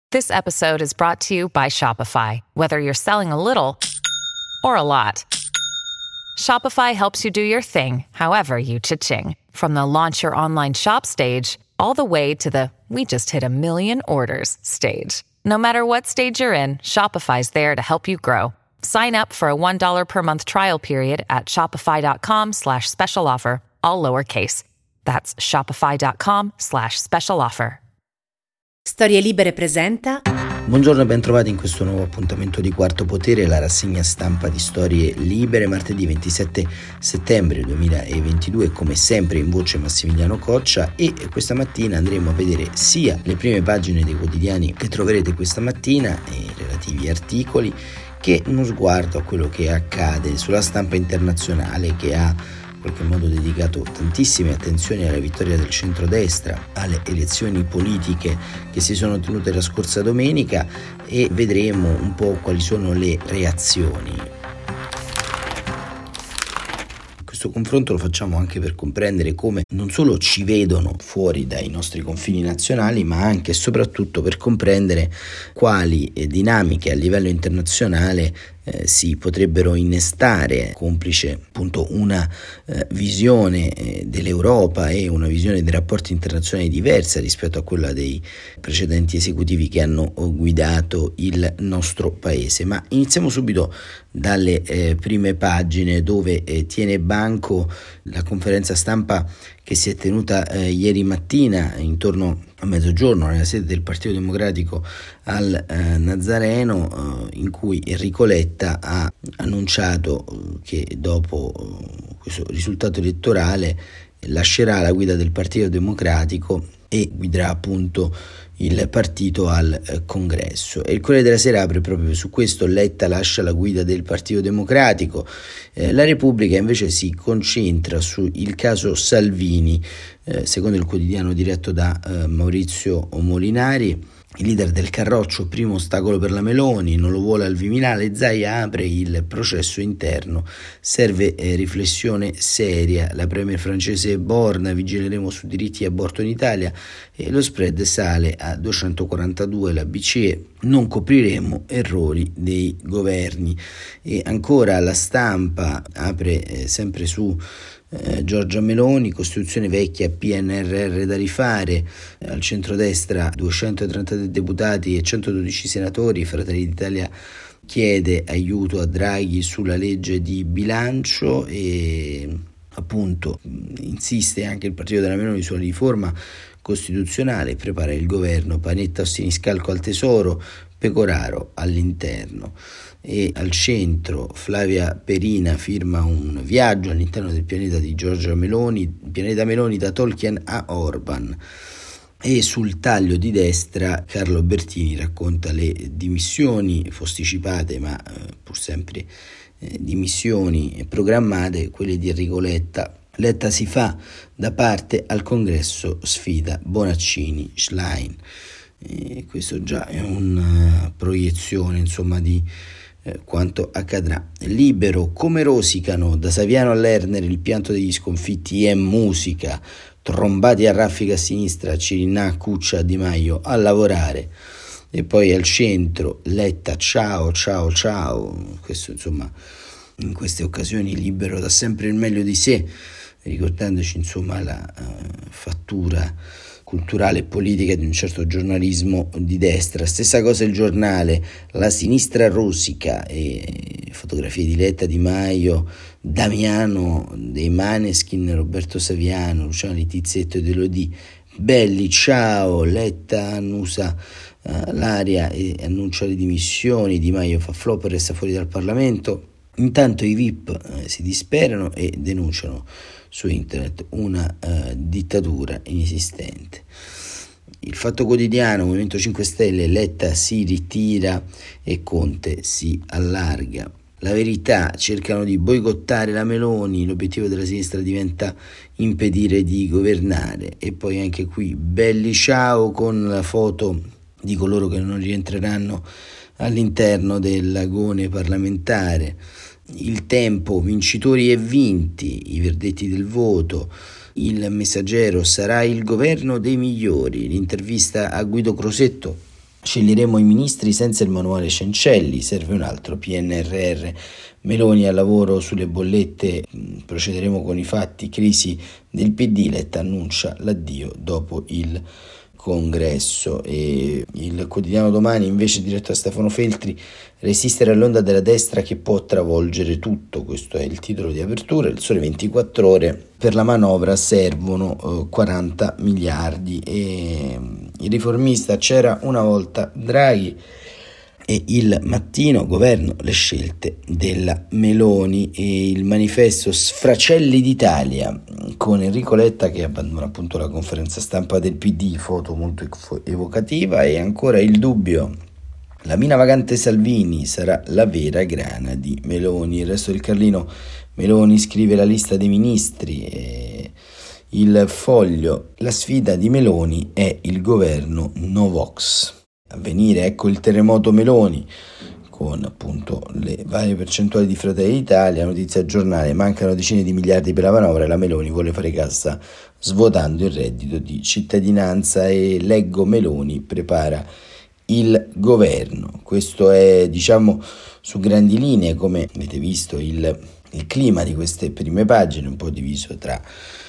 This episode is brought to you by Shopify. Whether you're selling a little or a lot, Shopify helps you do your thing, however you cha-ching. From the launch your online shop stage, all the way to the we just hit 1 million orders stage. No matter what stage you're in, Shopify's there to help you grow. Sign up for a $1 per month trial period at shopify.com/special offer, all lowercase. That's shopify.com/special offer. Storie Libere presenta. Buongiorno e ben trovati in questo nuovo appuntamento di Quarto Potere, la rassegna stampa di Storie Libere, martedì 27 settembre 2022, come sempre in voce Massimiliano Coccia, e questa mattina andremo a vedere sia le prime pagine dei quotidiani che troverete questa mattina e i relativi articoli, che uno sguardo a quello che accade sulla stampa internazionale, che ha in qualche modo dedicato tantissime attenzioni alla vittoria del centrodestra, alle elezioni politiche che si sono tenute la scorsa domenica, e vedremo un po' quali sono le reazioni. Questo confronto lo facciamo anche per comprendere come non solo ci vedono fuori dai nostri confini nazionali, ma anche e soprattutto per comprendere quali dinamiche a livello internazionale si potrebbero innestare, complice appunto una visione dell'Europa e una visione dei rapporti internazionali diversa rispetto a quella dei precedenti esecutivi che hanno guidato il nostro paese. Ma iniziamo subito dalle prime pagine, dove tiene banco la conferenza stampa che si è tenuta ieri mattina intorno a mezzogiorno nella sede del Partito Democratico al Nazareno, in cui Enrico Letta ha annunciato che dopo questo risultato elettorale lascerà la guida del Partito Democratico e guiderà appunto il partito al congresso. E il Corriere della Sera apre proprio su questo: Letta lascia la guida del Partito Democratico. La Repubblica invece si concentra sul caso Salvini. Secondo il quotidiano diretto da Maurizio Molinari, il leader del Carroccio, primo ostacolo per la Meloni, non lo vuole al Viminale. Zaia apre il processo interno, serve riflessione seria. La premier francese Borna, vigileremo su diritti di aborto in Italia, e lo spread sale a 242. La BCE, non copriremo errori dei governi. E ancora La Stampa apre sempre su Giorgia Meloni, Costituzione vecchia, PNRR da rifare. Al centrodestra 233 deputati e 112 senatori. Fratelli d'Italia chiede aiuto a Draghi sulla legge di bilancio, e appunto insiste anche il partito della Meloni sulla riforma costituzionale. Prepara il governo Panetta Siniscalco al tesoro, Pecoraro all'interno. E al centro Flavia Perina firma un viaggio all'interno del pianeta di Giorgia Meloni, pianeta Meloni da Tolkien a Orban. E sul taglio di destra Carlo Bertini racconta le dimissioni posticipate, ma pur sempre dimissioni programmate, quelle di Enrico Letta. Letta si fa da parte al congresso, sfida Bonaccini, Schlein. E questo già è una proiezione, insomma, di quanto accadrà. Libero, come rosicano da Saviano a Lerner, il pianto degli sconfitti è musica, trombati a raffica a sinistra, Cirinà, Cuccia, Di Maio a lavorare. E poi al centro Letta, ciao ciao ciao. Questo, insomma, in queste occasioni Libero dà sempre il meglio di sé, ricordandoci insomma la fattura culturale e politica di un certo giornalismo di destra. Stessa cosa il Giornale, la sinistra rosica, e fotografie di Letta, Di Maio, Damiano dei Maneskin, Roberto Saviano, Luciano Littizzetto ed Elodie. Belli, ciao. Letta annusa l'aria e annuncia le dimissioni. Di Maio fa flop e resta fuori dal Parlamento. Intanto i VIP si disperano e denunciano su internet una dittatura inesistente. Il Fatto Quotidiano, Movimento 5 Stelle, Letta si ritira e Conte si allarga. La Verità, cercano di boicottare la Meloni, l'obiettivo della sinistra diventa impedire di governare. E poi anche qui belli ciao, con la foto di coloro che non rientreranno all'interno dell'agone parlamentare. Il Tempo, vincitori e vinti, i verdetti del voto. Il Messaggero, sarà il governo dei migliori, l'intervista a Guido Crosetto Sceglieremo i ministri senza il manuale Cencelli, serve un altro PNRR. Meloni al lavoro sulle bollette, procederemo con i fatti, crisi del PD, Letta annuncia l'addio dopo il congresso. E il quotidiano Domani, invece, diretto da Stefano Feltri, resistere all'onda della destra che può travolgere tutto, questo è il titolo di apertura. Il Sole 24 Ore, per la manovra servono 40 miliardi e il Riformista, c'era una volta Draghi. E Il Mattino, governo, le scelte della Meloni. E il Manifesto, sfracelli d'Italia, con Enrico Letta che abbandona appunto la conferenza stampa del PD, foto molto evocativa. E ancora Il Dubbio, la mina vagante Salvini sarà la vera grana di Meloni. Il Resto del Carlino, Meloni scrive la lista dei ministri. E Il Foglio, la sfida di Meloni è il governo Novox. Avvenire, ecco il terremoto Meloni, con appunto le varie percentuali di Fratelli d'Italia. Notizia Giornale, mancano decine di miliardi per la manovra e la Meloni vuole fare cassa svuotando il reddito di cittadinanza. E Leggo, Meloni prepara il governo. Questo è, diciamo, su grandi linee, come avete visto, il clima di queste prime pagine, un po' diviso tra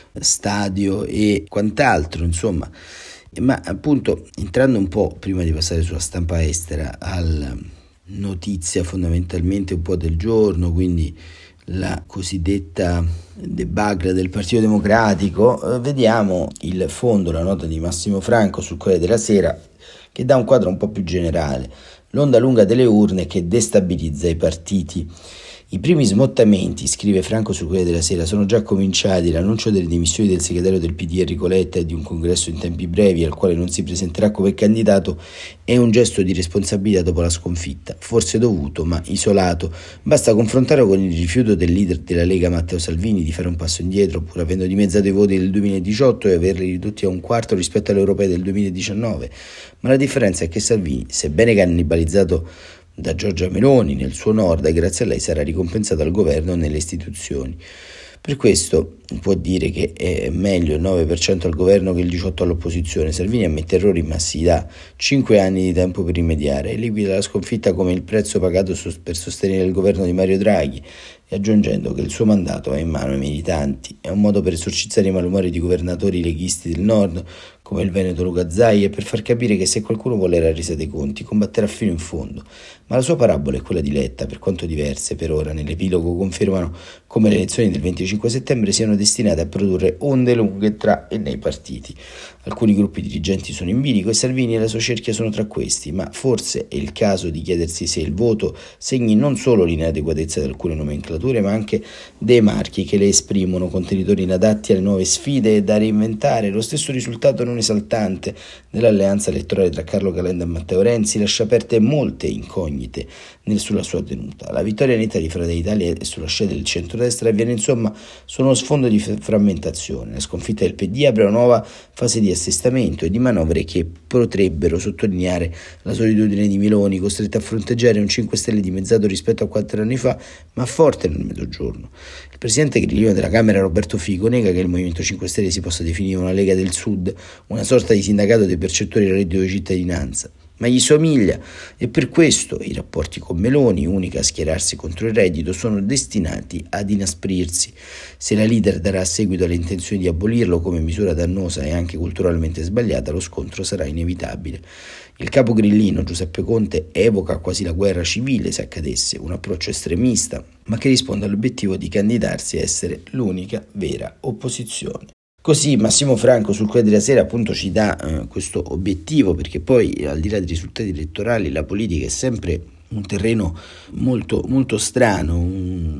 stadio e quant'altro, insomma. Ma appunto, entrando un po', prima di passare sulla stampa estera, alla notizia fondamentalmente un po' del giorno, quindi la cosiddetta debacle del Partito Democratico, vediamo il fondo, la nota di Massimo Franco sul Corriere della Sera, che dà un quadro un po' più generale. L'onda lunga delle urne che destabilizza i partiti. I primi smottamenti, scrive Franco sul Corriere della Sera, sono già cominciati. L'annuncio delle dimissioni del segretario del PD Enrico Letta e di un congresso in tempi brevi al quale non si presenterà come candidato è un gesto di responsabilità dopo la sconfitta, forse dovuto ma isolato. Basta confrontarlo con il rifiuto del leader della Lega Matteo Salvini di fare un passo indietro, pur avendo dimezzato i voti del 2018 e averli ridotti a un quarto rispetto alle europee del 2019. Ma la differenza è che Salvini, sebbene cannibalizzato da Giorgia Meloni nel suo nord, grazie a lei sarà ricompensato al governo e nelle istituzioni. Per questo può dire che è meglio il 9% al governo che il 18% all'opposizione. Salvini ammette errori, ma si dà 5 anni di tempo per rimediare e liquida la sconfitta come il prezzo pagato per sostenere il governo di Mario Draghi, e aggiungendo che il suo mandato è in mano ai militanti. È un modo per esorcizzare i malumori di governatori leghisti del nord, come il veneto Luca Zaia, e per far capire che se qualcuno vuole la resa dei conti, combatterà fino in fondo. Ma la sua parabola e quella di Letta, per quanto diverse per ora, nell'epilogo confermano come le elezioni del 25 settembre siano destinate a produrre onde lunghe tra e nei partiti. Alcuni gruppi dirigenti sono in bilico e Salvini e la sua cerchia sono tra questi, ma forse è il caso di chiedersi se il voto segni non solo l'inadeguatezza di alcune nomenclature, ma anche dei marchi che le esprimono, contenitori inadatti alle nuove sfide da reinventare. Lo stesso risultato non esaltante dell'alleanza elettorale tra Carlo Calenda e Matteo Renzi lascia aperte molte incognite sulla sua tenuta. La vittoria netta di Fratelli d'Italia e sulla scia del centrodestra avviene insomma su uno sfondo di frammentazione. La sconfitta del PD apre una nuova fase di assestamento e di manovre che potrebbero sottolineare la solitudine di Meloni, costretta a fronteggiare un 5 Stelle dimezzato rispetto a 4 anni fa, ma forte nel Mezzogiorno. Il presidente grillino della Camera, Roberto Fico, nega che il Movimento 5 Stelle si possa definire una Lega del Sud, una sorta di sindacato dei percettori del reddito di cittadinanza, ma gli somiglia, e per questo i rapporti con Meloni, unica a schierarsi contro il reddito, sono destinati ad inasprirsi. Se la leader darà seguito alle intenzioni di abolirlo come misura dannosa e anche culturalmente sbagliata, lo scontro sarà inevitabile. Il capo grillino Giuseppe Conte evoca quasi la guerra civile se accadesse, un approccio estremista, ma che risponde all'obiettivo di candidarsi a essere l'unica vera opposizione. Così Massimo Franco sul Corriere della Sera appunto ci dà questo obiettivo, perché poi al di là dei risultati elettorali la politica è sempre un terreno molto, molto strano,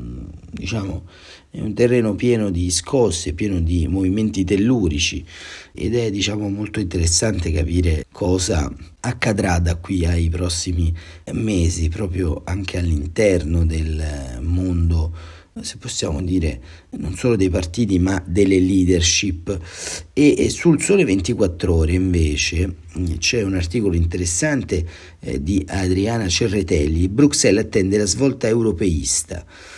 è un terreno pieno di scosse, pieno di movimenti tellurici, ed è molto interessante capire cosa accadrà da qui ai prossimi mesi, proprio anche all'interno del mondo, se possiamo dire, non solo dei partiti ma delle leadership. E sul Sole 24 Ore invece c'è un articolo interessante di Adriana Cerretelli. Bruxelles attende la svolta europeista.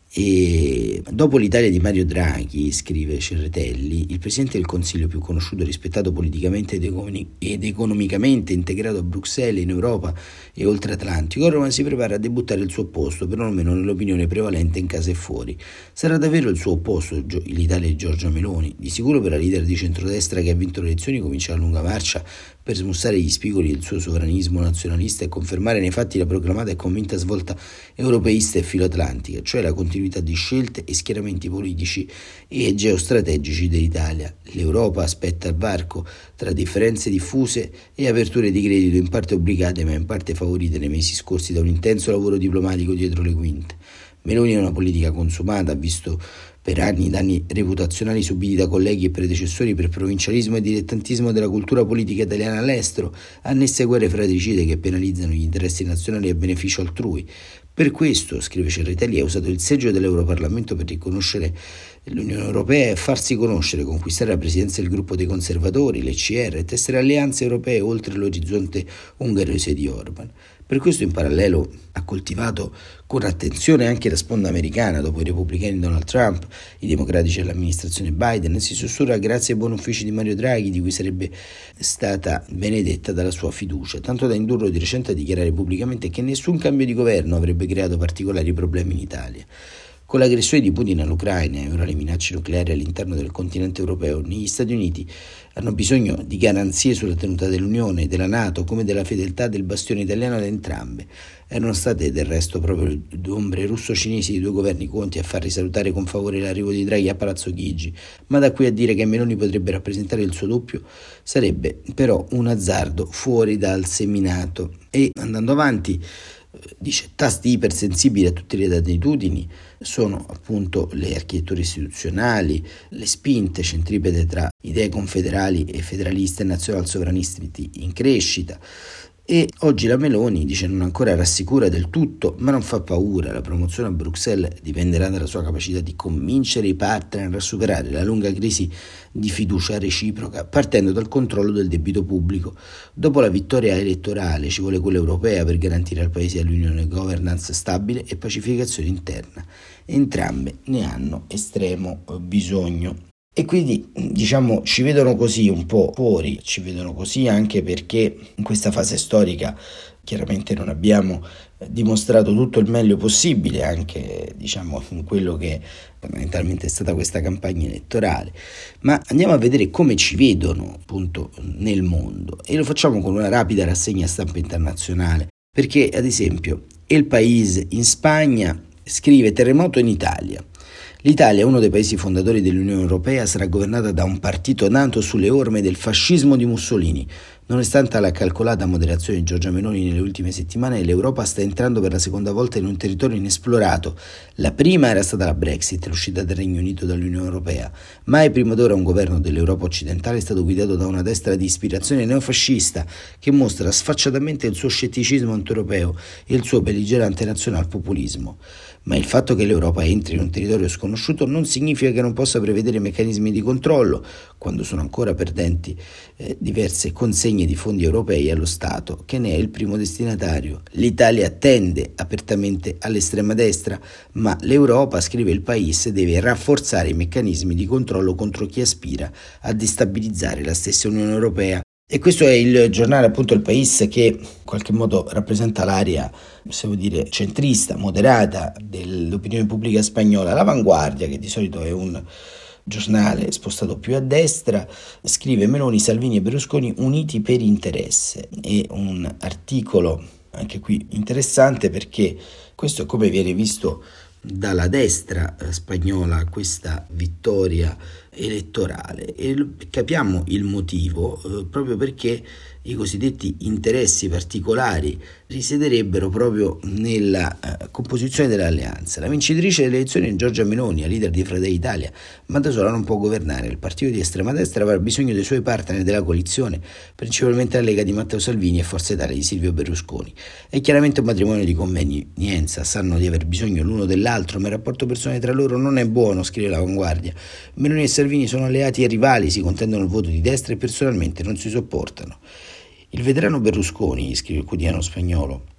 E dopo l'Italia di Mario Draghi, scrive Cerretelli, il Presidente del Consiglio più conosciuto e rispettato politicamente ed economicamente, integrato a Bruxelles, in Europa e oltre Atlantico, a Roma si prepara a debuttare il suo opposto, perlomeno nell'opinione prevalente in casa e fuori. Sarà davvero il suo opposto l'Italia di Giorgia Meloni? Di sicuro per la leader di centrodestra che ha vinto le elezioni comincia la lunga marcia per smussare gli spigoli del suo sovranismo nazionalista e confermare nei fatti la proclamata e convinta svolta europeista e filoatlantica, cioè la continuità di scelte e schieramenti politici e geostrategici dell'Italia. L'Europa aspetta al varco tra differenze diffuse e aperture di credito in parte obbligate ma in parte favorite nei mesi scorsi da un intenso lavoro diplomatico dietro le quinte. Meloni è una politica consumata, ha visto per anni danni reputazionali subiti da colleghi e predecessori per provincialismo e dilettantismo della cultura politica italiana all'estero, annesse guerre fratricide che penalizzano gli interessi nazionali a beneficio altrui. Per questo, scrive Cerretelli, ha usato il seggio dell'Europarlamento per riconoscere l'Unione Europea e farsi conoscere, conquistare la presidenza del gruppo dei conservatori, l'ECR, e tessere alleanze europee oltre l'orizzonte ungherese di Orban. Per questo in parallelo ha coltivato con attenzione anche la sponda americana. Dopo i repubblicani di Donald Trump, i democratici dell'amministrazione Biden, si sussurra grazie ai buoni uffici di Mario Draghi, di cui sarebbe stata benedetta dalla sua fiducia, tanto da indurlo di recente a dichiarare pubblicamente che nessun cambio di governo avrebbe creato particolari problemi in Italia. Con l'aggressione di Putin all'Ucraina e ora le minacce nucleari all'interno del continente europeo, negli Stati Uniti hanno bisogno di garanzie sulla tenuta dell'Unione, della NATO, come della fedeltà del bastione italiano ad entrambe. Erano state del resto proprio le ombre russo-cinesi di due governi Conti a far risalutare con favore l'arrivo di Draghi a Palazzo Chigi, ma da qui a dire che Meloni potrebbe rappresentare il suo doppio sarebbe però un azzardo fuori dal seminato. E andando avanti, dice, tasti ipersensibili a tutte le attitudini sono appunto le architetture istituzionali, le spinte centripete tra idee confederali e federaliste e nazional-sovranisti in crescita. E oggi la Meloni, dice, non ancora rassicura del tutto, ma non fa paura. La promozione a Bruxelles dipenderà dalla sua capacità di convincere i partner a superare la lunga crisi di fiducia reciproca, partendo dal controllo del debito pubblico. Dopo la vittoria elettorale ci vuole quella europea per garantire al Paese e all'Unione governance stabile e pacificazione interna. Entrambe ne hanno estremo bisogno. E quindi, diciamo, ci vedono così un po' fuori, ci vedono così anche perché in questa fase storica chiaramente non abbiamo dimostrato tutto il meglio possibile, anche diciamo in quello che fondamentalmente è stata questa campagna elettorale. Ma andiamo a vedere come ci vedono appunto nel mondo, e lo facciamo con una rapida rassegna stampa internazionale, perché ad esempio El País in Spagna scrive: terremoto in Italia. L'Italia, uno dei paesi fondatori dell'Unione Europea, sarà governata da un partito nato sulle orme del fascismo di Mussolini. Nonostante la calcolata moderazione di Giorgia Meloni nelle ultime settimane, l'Europa sta entrando per la seconda volta in un territorio inesplorato. La prima era stata la Brexit, l'uscita del Regno Unito dall'Unione Europea. Mai prima d'ora un governo dell'Europa occidentale è stato guidato da una destra di ispirazione neofascista che mostra sfacciatamente il suo scetticismo anti-europeo e il suo belligerante nazionalpopulismo. Ma il fatto che l'Europa entri in un territorio sconosciuto non significa che non possa prevedere meccanismi di controllo, quando sono ancora perdenti diverse consegne di fondi europei allo Stato, che ne è il primo destinatario. L'Italia tende apertamente all'estrema destra, ma l'Europa, scrive Il País, deve rafforzare i meccanismi di controllo contro chi aspira a destabilizzare la stessa Unione Europea. E questo è il giornale, appunto, Il País, che in qualche modo rappresenta l'area, possiamo dire, centrista, moderata dell'opinione pubblica spagnola. L'Avanguardia, che di solito è un giornale spostato più a destra, scrive: Meloni, Salvini e Berlusconi uniti per interesse. È un articolo anche qui interessante, perché questo è come viene visto dalla destra spagnola questa vittoria elettorale, e capiamo il motivo, proprio perché i cosiddetti interessi particolari risiederebbero proprio nella composizione dell'alleanza. La vincitrice delle elezioni è Giorgia Meloni, la leader di Fratelli d'Italia, ma da sola non può governare. Il partito di estrema destra avrà bisogno dei suoi partner della coalizione, principalmente la Lega di Matteo Salvini e Forza Italia di Silvio Berlusconi. È chiaramente un matrimonio di convenienza, sanno di aver bisogno l'uno dell'altro, ma il rapporto personale tra loro non è buono, scrive l'Avanguardia. Meloni e Salvini sono alleati e rivali, si contendono il voto di destra e personalmente non si sopportano. Il veterano Berlusconi, scrive il quotidiano spagnolo,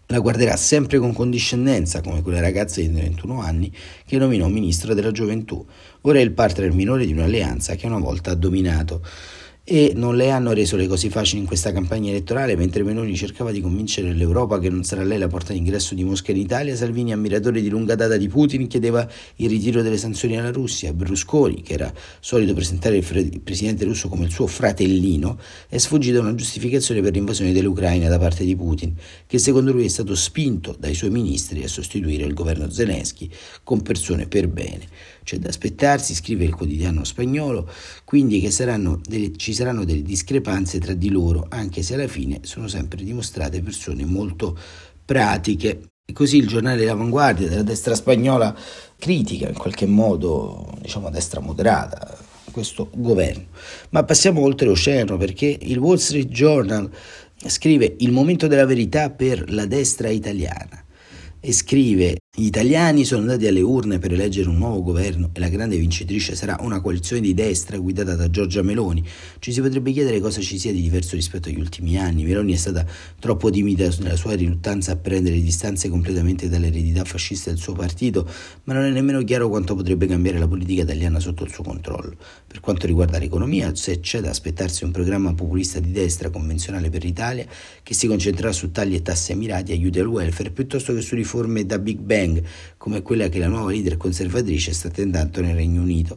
la guarderà sempre con condiscendenza, come quella ragazza di 21 anni che nominò ministro della gioventù. Ora è il partner minore di un'alleanza che una volta ha dominato. E non le hanno reso le cose facili in questa campagna elettorale. Mentre Meloni cercava di convincere l'Europa che non sarà lei la porta d'ingresso di Mosca in Italia, Salvini, ammiratore di lunga data di Putin, chiedeva il ritiro delle sanzioni alla Russia. Berlusconi, che era solito presentare il presidente russo come il suo fratellino, è sfuggito a una giustificazione per l'invasione dell'Ucraina da parte di Putin, che secondo lui è stato spinto dai suoi ministri a sostituire il governo Zelensky con persone per bene. C'è da aspettarsi, scrive il quotidiano spagnolo, quindi che ci saranno delle discrepanze tra di loro, anche se alla fine sono sempre dimostrate persone molto pratiche. E così il giornale L'Avanguardia della destra spagnola critica in qualche modo, a destra moderata, questo governo. Ma passiamo oltreoceano, perché il Wall Street Journal scrive il momento della verità per la destra italiana e scrive: gli italiani sono andati alle urne per eleggere un nuovo governo e la grande vincitrice sarà una coalizione di destra guidata da Giorgia Meloni. Ci si potrebbe chiedere cosa ci sia di diverso rispetto agli ultimi anni. Meloni è stata troppo timida nella sua riluttanza a prendere distanze completamente dall'eredità fascista del suo partito, ma non è nemmeno chiaro quanto potrebbe cambiare la politica italiana sotto il suo controllo. Per quanto riguarda l'economia, se c'è da aspettarsi un programma populista di destra convenzionale per l'Italia che si concentrerà su tagli e tasse mirati e aiuti al welfare piuttosto che su riforme da Big Bang, come quella che la nuova leader conservatrice sta tentando nel Regno Unito.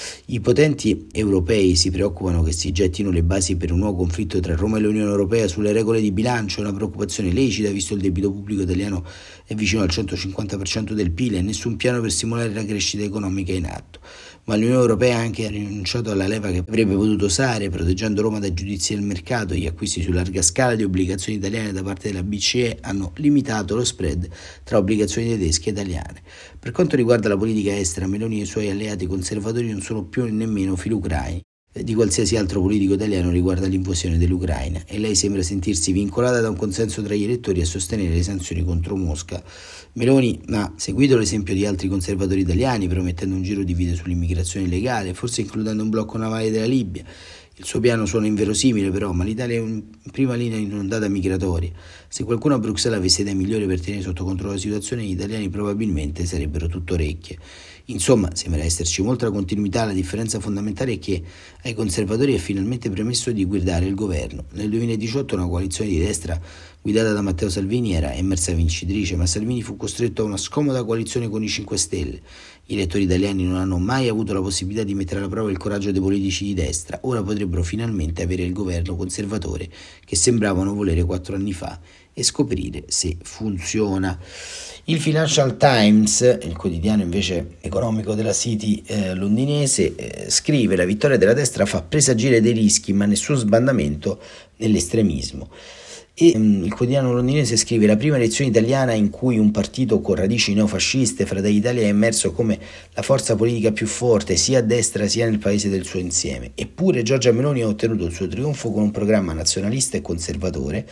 I potenti europei si preoccupano che si gettino le basi per un nuovo conflitto tra Roma e l'Unione Europea sulle regole di bilancio, una preoccupazione lecita visto il debito pubblico italiano è vicino al 150% del PIL e nessun piano per stimolare la crescita economica è in atto. Ma l'Unione Europea ha anche rinunciato alla leva che avrebbe potuto usare, proteggendo Roma dai giudizi del mercato. Gli acquisti su larga scala di obbligazioni italiane da parte della BCE hanno limitato lo spread tra obbligazioni tedesche e italiane. Per quanto riguarda la politica estera, Meloni e i suoi alleati conservatori non sono più nemmeno filucraini di qualsiasi altro politico italiano riguardo all'invasione dell'Ucraina, e lei sembra sentirsi vincolata da un consenso tra gli elettori a sostenere le sanzioni contro Mosca. Meloni ha seguito l'esempio di altri conservatori italiani, promettendo un giro di vite sull'immigrazione illegale, forse includendo un blocco navale della Libia. Il suo piano suona inverosimile però, ma l'Italia è in prima linea in un'ondata migratoria. Se qualcuno a Bruxelles avesse idee migliori per tenere sotto controllo la situazione, gli italiani probabilmente sarebbero tutto orecchie. Insomma, sembra esserci molta continuità. La differenza fondamentale è che ai conservatori è finalmente permesso di guidare il governo. Nel 2018 una coalizione di destra guidata da Matteo Salvini era emersa vincitrice, ma Salvini fu costretto a una scomoda coalizione con i 5 Stelle. Gli elettori italiani non hanno mai avuto la possibilità di mettere alla prova il coraggio dei politici di destra. Ora potrebbero finalmente avere il governo conservatore che sembravano volere 4 anni fa e scoprire se funziona. Il Financial Times, il quotidiano invece economico della City londinese, scrive: la vittoria della destra fa presagire dei rischi ma nessun sbandamento nell'estremismo. E il quotidiano londinese scrive: la prima elezione italiana in cui un partito con radici neofasciste, Fratelli d'Italia, è emerso come la forza politica più forte sia a destra sia nel paese del suo insieme. Eppure Giorgia Meloni ha ottenuto il suo trionfo con un programma nazionalista e conservatore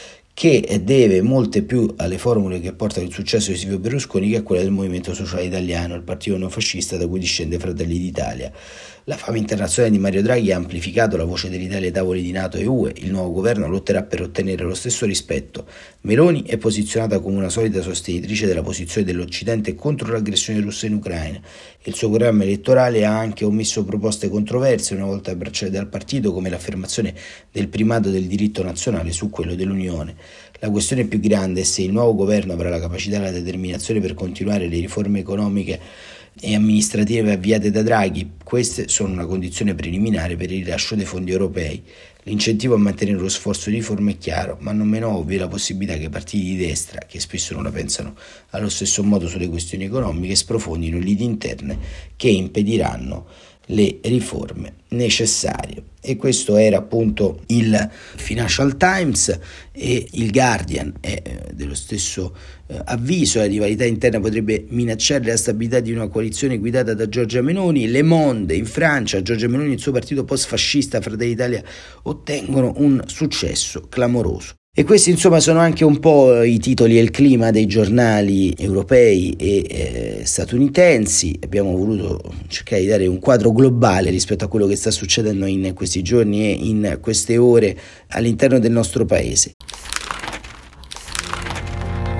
che deve molte più alle formule che portano il successo di Silvio Berlusconi che a quella del Movimento Sociale Italiano, il partito neofascista da cui discende Fratelli d'Italia. La fama internazionale di Mario Draghi ha amplificato la voce dell'Italia ai tavoli di NATO e UE. Il nuovo governo lotterà per ottenere lo stesso rispetto. Meloni è posizionata come una solida sostenitrice della posizione dell'Occidente contro l'aggressione russa in Ucraina. Il suo programma elettorale ha anche omesso proposte controverse una volta per accedere al partito, come l'affermazione del primato del diritto nazionale su quello dell'Unione. La questione più grande è se il nuovo governo avrà la capacità e la determinazione per continuare le riforme economiche e amministrative avviate da Draghi. Queste sono una condizione preliminare per il rilascio dei fondi europei. L'incentivo a mantenere lo sforzo di riforma è chiaro, ma non meno ovvio è la possibilità che i partiti di destra, che spesso non la pensano allo stesso modo sulle questioni economiche, sprofondino liti interne che impediranno le riforme necessarie. E questo era appunto il Financial Times. E il Guardian è dello stesso avviso: la rivalità interna potrebbe minacciare la stabilità di una coalizione guidata da Giorgia Meloni. Le Monde in Francia: Giorgia Meloni e il suo partito post-fascista Fratelli d'Italia ottengono un successo clamoroso. E questi insomma sono anche un po' i titoli e il clima dei giornali europei e statunitensi. Abbiamo voluto cercare di dare un quadro globale rispetto a quello che sta succedendo in questi giorni e in queste ore all'interno del nostro paese.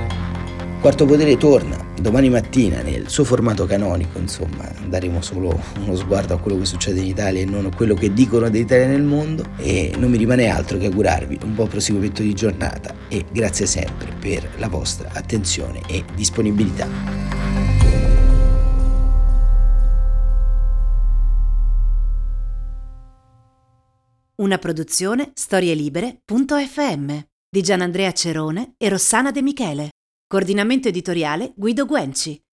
Quarto Potere torna domani mattina nel suo formato canonico, insomma daremo solo uno sguardo a quello che succede in Italia e non a quello che dicono dell'Italia nel mondo, e non mi rimane altro che augurarvi un buon proseguimento di giornata e grazie sempre per la vostra attenzione e disponibilità. Una produzione storielibere.fm di Gianandrea Cerone e Rossana De Michele. Coordinamento editoriale Guido Guenci.